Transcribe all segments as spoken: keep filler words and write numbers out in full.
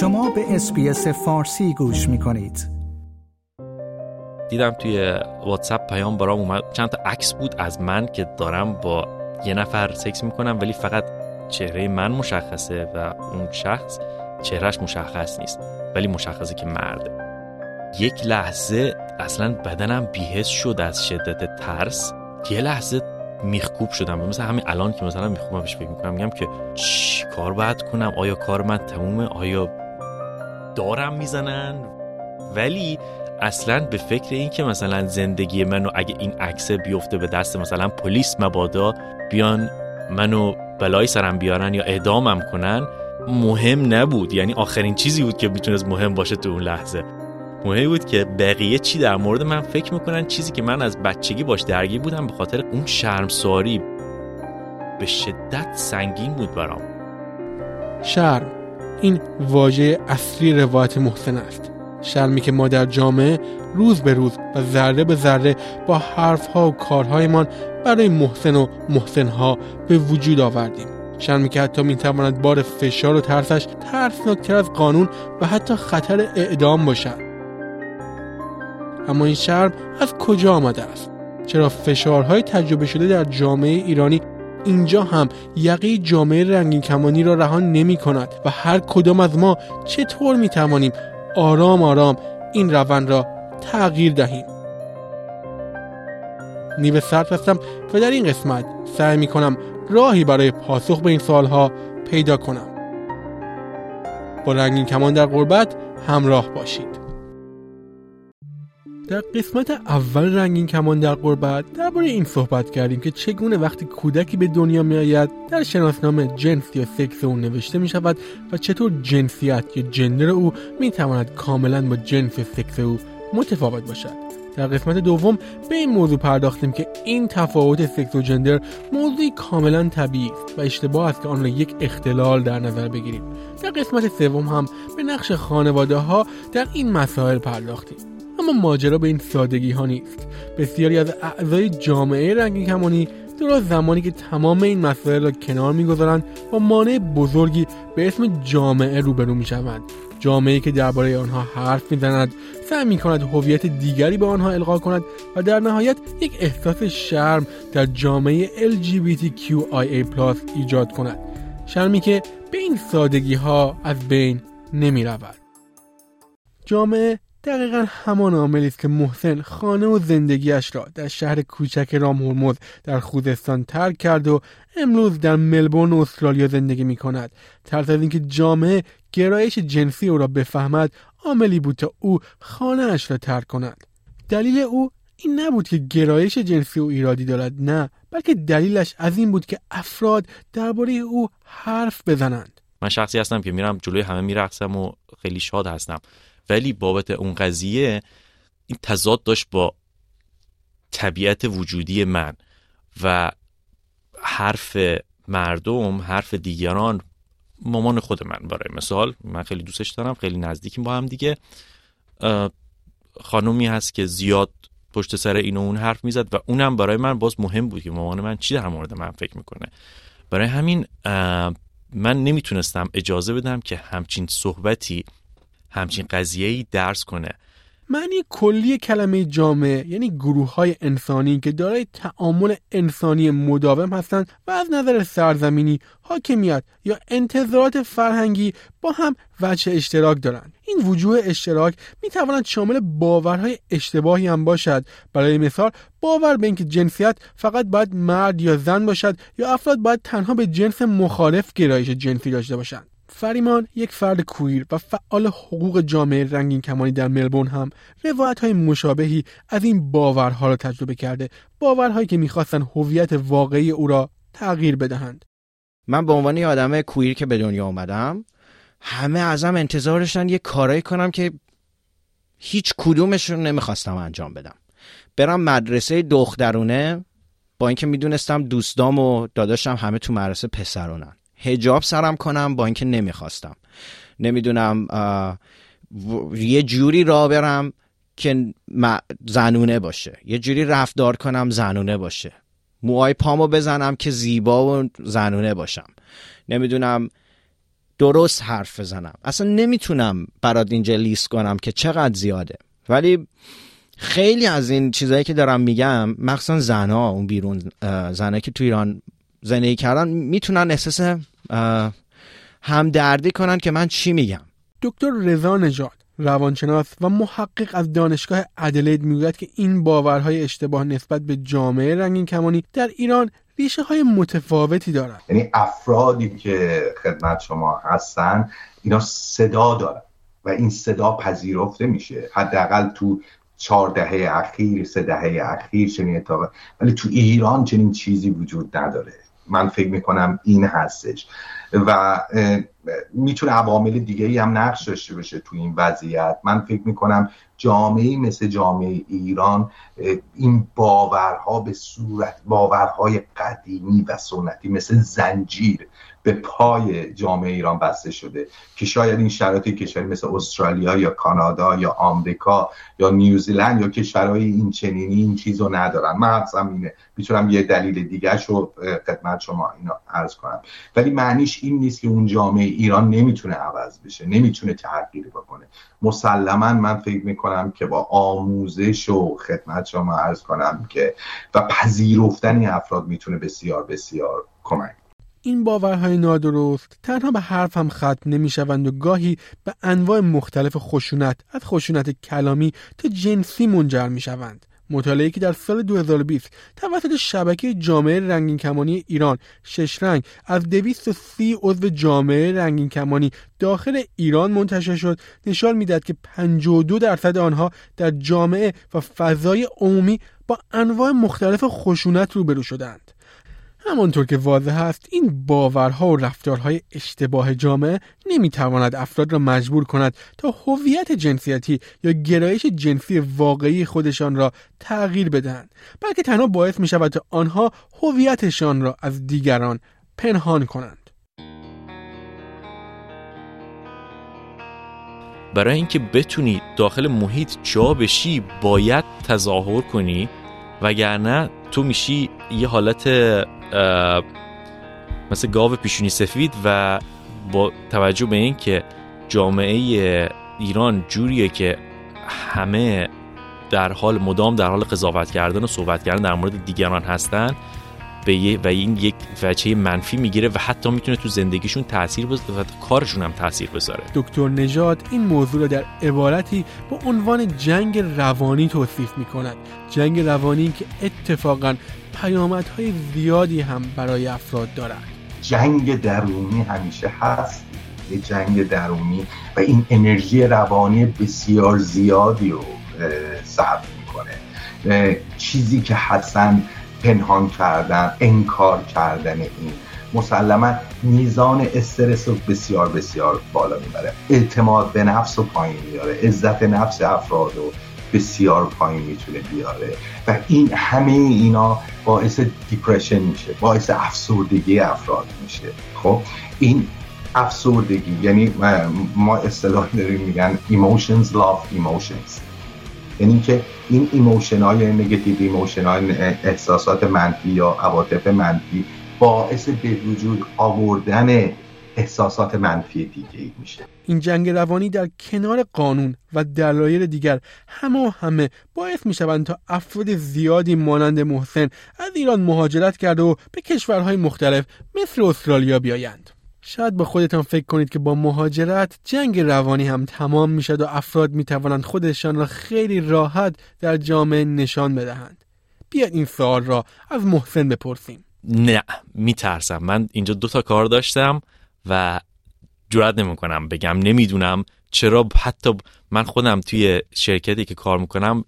شما به اس‌بی‌اس فارسی گوش می‌کنید. دیدم توی واتساپ پیام برام اومد، چند تا عکس بود از من که دارم با یه نفر سکس میکنم ولی فقط چهره من مشخصه و اون شخص چهرهش مشخص نیست ولی مشخصه که مرده. یک لحظه اصلا بدنم بی‌حس شد از شدت ترس. یه لحظه میخکوب شدم، مثلا همین الان که مثلا میخوام بهش فکر میکنم میگم که چی کار باید کنم، آیا کار من تمومه، آیا دارم میزنن. ولی اصلا به فکر این که مثلا زندگی منو اگه این عکس بیفته به دست مثلا پلیس مبادا بیان منو بلای سرم بیارن یا اعدامم کنن مهم نبود. یعنی آخرین چیزی بود که میتونست مهم باشه تو اون لحظه. مهم بود که بقیه چی در مورد من فکر میکنن. چیزی که من از بچگی باش درگیر بودم به خاطر اون شرمساری به شدت سنگین بود برام. شرم، این واژه اصلی روایت محسن است. شرمی که ما در جامعه روز به روز و ذره به ذره با حرفها و کارهایمان برای محسن و محسنها به وجود آوردیم. شرمی که حتی میتواند بار فشار و ترسش ترسناکتر از قانون و حتی خطر اعدام باشد. اما این شرم از کجا آمده است؟ چرا فشارهای تجربه شده در جامعه ایرانی اینجا هم یقه جامعه رنگین کمانی را رها نمی کند و هر کدام از ما چطور می توانیم آرام آرام این روند را تغییر دهیم؟ نیو سرد هستم و در این قسمت سعی می کنم راهی برای پاسخ به این سوالها پیدا کنم. با رنگین کمان در غربت همراه باشید. در قسمت اول رنگین کمان در غربت درباره این صحبت کردیم که چگونه وقتی کودکی به دنیا می آید در شناسنامه جنس یا سکس او نوشته می شود و چطور جنسیت یا جندر او می تواند کاملا با جنس سکس او متفاوت باشد. در قسمت دوم به این موضوع پرداختیم که این تفاوت سکس و جندر موضوعی کاملا طبیعی است و اشتباه است که آن را یک اختلال در نظر بگیریم. در قسمت سوم هم به نقش خانواده ها در این مسائل پرداختیم. اما ماجرا به این سادگی ها نیست. بسیاری از اعضای جامعه رنگین کمانی درست زمانی که تمام این مسائل را کنار می‌گذارند با مانع بزرگی به اسم جامعه روبرو می‌شوند. جامعه‌ای که درباره آنها حرف می‌زند، سعی می‌کند هویت دیگری به آنها القا کند و در نهایت یک احساس شرم در جامعه ال جی بی تی کیو آی ای پلاس ایجاد کند. شرمی که به این سادگی‌ها از بین نمی‌رود. جامعه دقیقاً همان عاملی است که محسن خانه و زندگیش را در شهر کوچک رام هرمز در خوزستان ترک کرد و امروز در ملبورن استرالیا زندگی می کند. ترس از اینکه جامعه گرایش جنسی او را بفهمد عاملی بود تا او خانه اش را ترک کند. دلیل او این نبود که گرایش جنسی او ایرادی دارد، نه، بلکه دلیلش از این بود که افراد درباره او حرف بزنند. من شخصی هستم که میرم جلوی همه میرقصم و خیلی شاد هستم، ولی بابت اون قضیه این تضاد داشت با طبیعت وجودی من و حرف مردم، حرف دیگران. مامان خود من برای مثال، من خیلی دوستش دارم، خیلی نزدیکیم با هم دیگه. خانومی هست که زیاد پشت سر این و اون حرف میزد و اونم برای من باز مهم بود که مامان من چی در مورد من فکر میکنه. برای همین من نمیتونستم اجازه بدم که همچین صحبتی، همچین قضیه‌ای درس کنه. معنی کلی کلمه جامعه یعنی گروه‌های انسانی که دارای تعامل انسانی مداوم هستند و از نظر سرزمینی، حاکمیت یا انتظارات فرهنگی با هم وجه اشتراک دارند. این وجوه اشتراک می‌تواند شامل باورهای اشتباهی هم باشد. برای مثال باور به اینکه جنسیت فقط باید مرد یا زن باشد یا افراد باید تنها به جنس مخالف گرایش جنسی داشته باشند. فریمان، یک فرد کویر و فعال حقوق جامعه رنگین کمانی در ملبورن، هم روایت‌های مشابهی از این باورها را تجربه کرده، باورهایی که می‌خواستند هویت واقعی او را تغییر بدهند. من به عنوان یه آدم کویر که به دنیا اومدم، همه ازم انتظار داشتن یه کارایی کنم که هیچ کدومشون نمیخواستم انجام بدم. برم مدرسه دخترونه با اینکه میدونستم دوستام و داداشم همه تو مدرسه پسرونن. حجاب سرم کنم با اینکه نمیخواستم. نمیدونم یه جوری راه برم که زنونه باشه، یه جوری رفتار کنم زنونه باشه، موهای پامو بزنم که زیبا و زنونه باشم، نمیدونم درست حرف بزنم. اصلا نمیتونم برات اینجا لیست کنم که چقدر زیاده، ولی خیلی از این چیزایی که دارم میگم، مخصوصا زنها اون بیرون، زنایی که تو ایران زندگی کردن، میتونن احساس همدردی کنن که من چی میگم. دکتر رضا نژاد، روانشناس و محقق از دانشگاه ادلید، میگوید که این باورهای اشتباه نسبت به جامعه رنگین کمانی در ایران ریشه های متفاوتی دارند. یعنی افرادی که خدمت شما هستن اینا صدا دارن و این صدا پذیرفته میشه، حداقل تو چهار دهه اخیر، سه دهه اخیر چنین اتفاقی، ولی تو ایران چنین چیزی وجود نداره. من فکر میکنم این هستش و میتونه عوامل دیگه‌ای هم نقش داشته باشه تو این وضعیت. من فکر میکنم جامعه مثل جامعه ایران این باورها به صورت باورهای قدیمی و سنتی مثل زنجیر به پای جامعه ایران بسته شده که شاید این شرایط کشوری مثل استرالیا یا کانادا یا آمریکا یا نیوزیلند یا کشورهای این چنینی این چیزو ندارن. من حدسم اینه، میتونم یه دلیل دیگه‌ش رو خدمت شما اینا عرض کنم، ولی معنیش این نیست که اون جامعه ایران نمیتونه عوض بشه، نمیتونه تغییر بکنه. مسلماً من فکر میکنم که با آموزش و خدمت شما عرض کنم که و پذیرفتن این افراد میتونه بسیار بسیار کمک. این باورهای نادرست تنها به حرف هم ختم نمیشوند و گاهی به انواع مختلف خشونت، از خشونت کلامی تا جنسی منجر میشوند. مطالعه‌ای که در سال دو هزار و بیست توسط شبکه جامعه رنگین کمانی ایران شش رنگ از دویست و سی عضو جامعه رنگین کمانی داخل ایران منتشر شد، نشان می‌دهد که پنجاه و دو درصد آنها در جامعه و فضای عمومی با انواع مختلف خشونت روبرو شدند. همانطور که واضح است، این باورها و رفتارهای اشتباه جامعه نمیتواند افراد را مجبور کند تا هویت جنسیتی یا گرایش جنسی واقعی خودشان را تغییر بدهند، بلکه تنها باعث می شود تا آنها هویتشان را از دیگران پنهان کنند. برای اینکه بتونی داخل محیط جا بشی باید تظاهر کنی، وگرنه تو میشی یه حالت مثل گاو پیشونی سفید. و با توجه به این که جامعه ایران جوریه که همه در حال مدام در حال قضاوت کردن و صحبت کردن در مورد دیگران هستن به و این یک وجه منفی میگیره و حتی میتونه تو زندگیشون تأثیر بذاره و کارشون هم تأثیر بذاره. دکتر نژاد این موضوع را در عبارتی با عنوان جنگ روانی توصیف میکند. جنگ روانی که اتفاقاً پیامدهای زیادی هم برای افراد دارد. جنگ درونی همیشه هست، یه جنگ درونی و این انرژی روانی بسیار زیادی رو صرف میکنه. چیزی که هستن پنهان کردن، انکار کردن این مسلماً میزان استرس رو بسیار بسیار بالا میبره، اعتماد به نفس رو پایین میاره، عزت نفس افراد رو بسیار پایین میتونه بیاره و این همه اینا باعث دیپرشن میشه، باعث افسردگی افراد میشه. خب این افسردگی یعنی ما اصطلاح داریم میگن emotions love emotions، یعنی که این ایموشن های نگاتیو، ایموشن های احساسات منفی یا عواطف منفی باعث به وجود آوردن احساسات منفی دیگه میشه. این جنگ روانی در کنار قانون و دلایل دیگر همه و همه باعث میشوند تا افراد زیادی مانند محسن از ایران مهاجرت کرده و به کشورهای مختلف مثل استرالیا بیایند. شاید با خودتان فکر کنید که با مهاجرت جنگ روانی هم تمام میشد و افراد میتوانند خودشان را خیلی راحت در جامعه نشان بدهند. بیاید این سوال را از محسن بپرسیم. نه، میترسم. من اینجا دو تا کار داشتم و جرئت نمیکنم بگم. نمیدونم چرا. حتی من خودم توی شرکتی که کار میکنم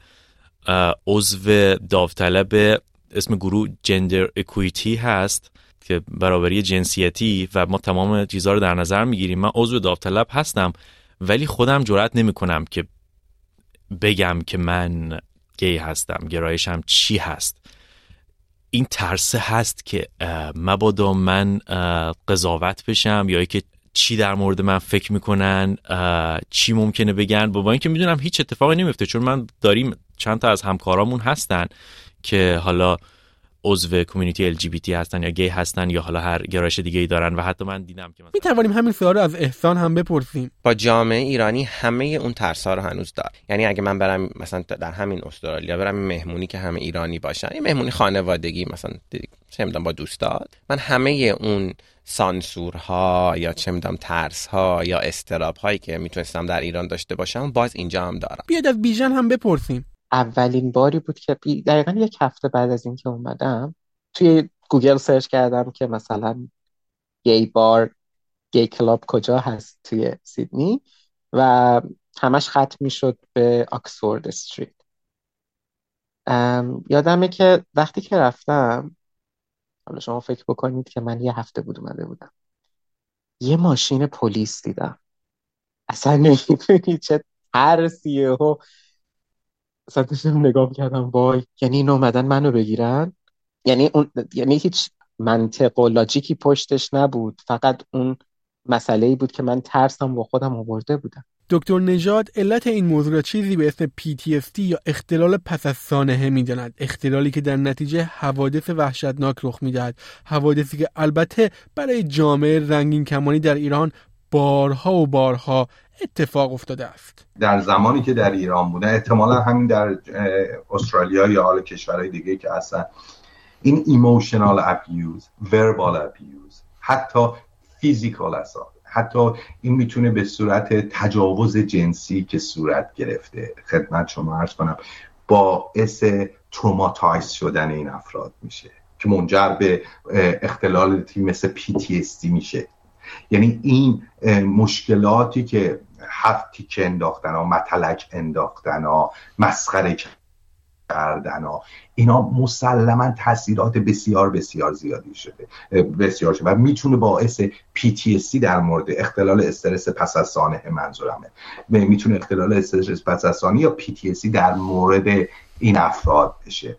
عضو داوطلب اسم گروه جندر اکویتی هست که برابری جنسیتی و ما تمام چیزها رو در نظر میگیریم. من عضو داوطلب هستم ولی خودم جرئت نمیکنم که بگم که من گی هستم، گرایشم چی هست. این ترسه هست که مبادا من قضاوت بشم یا که چی در مورد من فکر میکنن، چی ممکنه بگن. با اینکه میدونم هیچ اتفاقی نمیفته، چون من داریم چند تا از همکارامون هستن که حالا عضو کمیونیتی ال جی بی تی هستن یا گی هستن یا حالا هر گرایش دیگه‌ای دارن. و حتی من دیدم که مثلا می توانیم همین سوال رو از احسان هم بپرسیم. با جامعه ایرانی همه اون ترس‌ها رو هنوز داره. یعنی اگه من برم مثلا در همین استرالیا برم مهمونی که همه ایرانی باشن، یه مهمونی خانوادگی مثلا چه می‌دونم با دوستات، من همه اون سانسورها یا چه می‌دونم ترس‌ها یا استراب‌هایی که میتونستم در ایران داشته باشم باز اینجا هم دارم. بیاد از بیژن هم بپرسیم. اولین باری بود که دقیقاً یک هفته بعد از اینکه اومدم توی گوگل سرچ کردم که مثلا گی بار، گی کلاب کجا هست توی سیدنی و همش ختم میشد به آکسفورد استریت. یادمه که وقتی که رفتم، حالا شما فکر بکنید که من یه هفته بود اومده بودم، یه ماشین پلیس دیدم. اصلا نمیدونی چه ترسیه ها. اصلا داشتم نگاه کردم وای، یعنی این اومدن منو بگیرن؟ یعنی اون یعنی هیچ منطق و لاجیکی پشتش نبود، فقط اون مسئله‌ای بود که من ترسم با خودم آورده بودم. دکتر نژاد علت این موضوع را چیزی به اسم پی تی اس دی یا اختلال پس از سانحه می‌داند. اختلالی که در نتیجه حوادث وحشتناک رخ می‌دهد، حوادثی که البته برای جامعه رنگین کمانی در ایران بارها و بارها اتفاق افتاده است. در زمانی که در ایران بودن، احتمالا همین در استرالیا یا حالا کشورهای دیگه که هستن، این ایموشنال ابیوز، وربال ابیوز، حتی فیزیکال اصلا، حتی این میتونه به صورت تجاوز جنسی که صورت گرفته، خدمت شما عرض کنم، باعث تروماتایز شدن این افراد میشه که منجر به اختلالاتی مثل پی تی اس دی میشه. یعنی این مشکلاتی که هفت تیکه انداختن ها، متلک انداختن ها، مسخره کردن ها، اینا مسلما تاثیرات بسیار بسیار زیادی شده بسیار شده و میتونه باعث پی تی اس دی در مورد اختلال استرس پس از سانحه، منظورمه میتونه اختلال استرس پس از سانحه یا پی تی اس دی در مورد این افراد بشه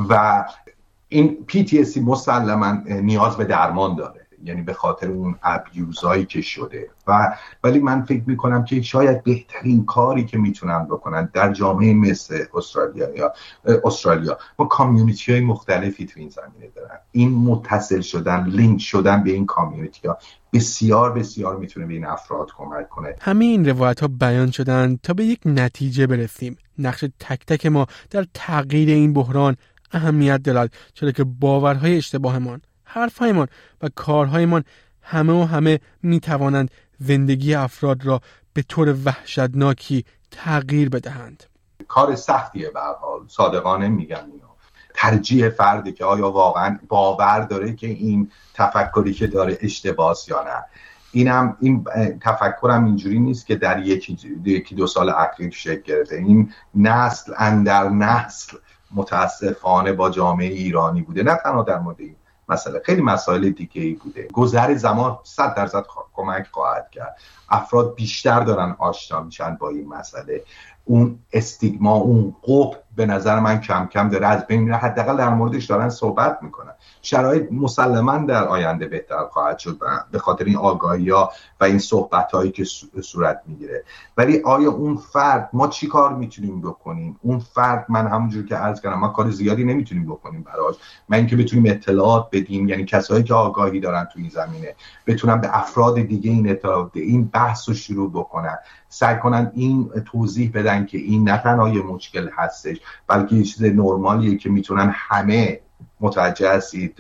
و این پی تی اس دی مسلما نیاز به درمان داره، یعنی به خاطر اون ابیوزایی که شده. و ولی من فکر میکنم که شاید بهترین کاری که میتونن بکنن در جامعه مثل استرالیا یا استرالیا ما کامیونیتی های مختلفی تو این زمینه دارن، این متصل شدن، لینک شدن به این کامیونیتی ها بسیار بسیار میتونه به این افراد کمک کنه. همه این روایت ها بیان شدن تا به یک نتیجه برسیم. نقش تک تک ما در تغییر این بحران اهمیت دارد، چرا که باورهای اشتباهمان، حرفهایمان و کارهایمان همه و همه می توانند زندگی افراد را به طور وحشتناکی تغییر بدهند. کار سختیه به هر حال، صادقانه میگم اینو. ترجیح فردی که آیا واقعا باور داره که این تفکری که داره اشتباهه یا نه. اینم این تفکرم اینجوری نیست که در یکی یکی دو سال اخیر شکل گرفته. این نسل اندر نسل متاسفانه با جامعه ایرانی بوده، نه تنها در مورد این مسئله، خیلی مسائل دیگه ای بوده. گذر زمان صد درصد کمک خواهد کرد. افراد بیشتر دارن آشنا میشن با این مسئله. اون استیگما، اون قبح به نظر من کم کم داره از بین میره، حداقل در موردش دارن صحبت میکنن. شرایط مسلماً در آینده بهتر خواهد شد به خاطر این آگاهی‌ها و این صحبت‌هایی که صورت میگیره. ولی آیا اون فرد، ما چی کار میتونیم بکنیم؟ اون فرد، من همونجور که عرض کردم، ما کار زیادی نمیتونیم بکنیم براش. من اینکه بتونیم اطلاعات بدیم، یعنی کسایی که آگاهی دارن تو این زمینه بتونن به افراد دیگه این اطلاعات، این بحث رو شروع بکنن، سعی کنن این توضیح بدن که این نه تنها یه مشکل هستش بلکه یه چیز نرمالیه که میتونن همه متوجه هستید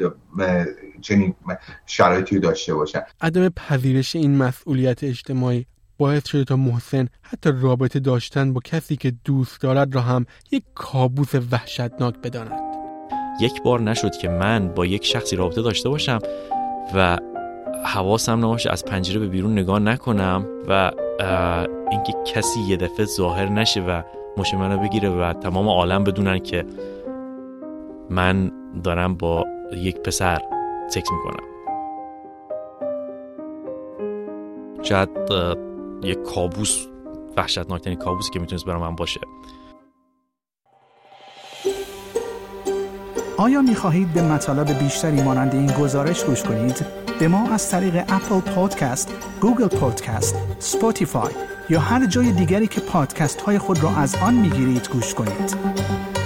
چنین شرایطی داشته باشن. عدم پذیرش این مسئولیت اجتماعی باعث شده تا محسن حتی رابطه داشتن با کسی که دوست دارد را هم یک کابوس وحشتناک بداند. یک بار نشد که من با یک شخصی رابطه داشته باشم و حواسم نباشه از پنجره به بیرون نگاه نکنم و اینکه کسی یه دفعه ظاهر نشه و مش منو بگیره و تمام عالم بدونن که من دارم با یک پسر سکس میکنم. شاید یک کابوس، وحشتناکترین کابوسی که میتونست برای من باشه. آیا میخواهید به مطالب بیشتری مانند این گزارش گوش کنید؟ به ما از طریق اپل پادکست، گوگل پادکست، اسپاتیفای یا هر جای دیگری که پادکست های خود را از آن میگیرید گوش کنید.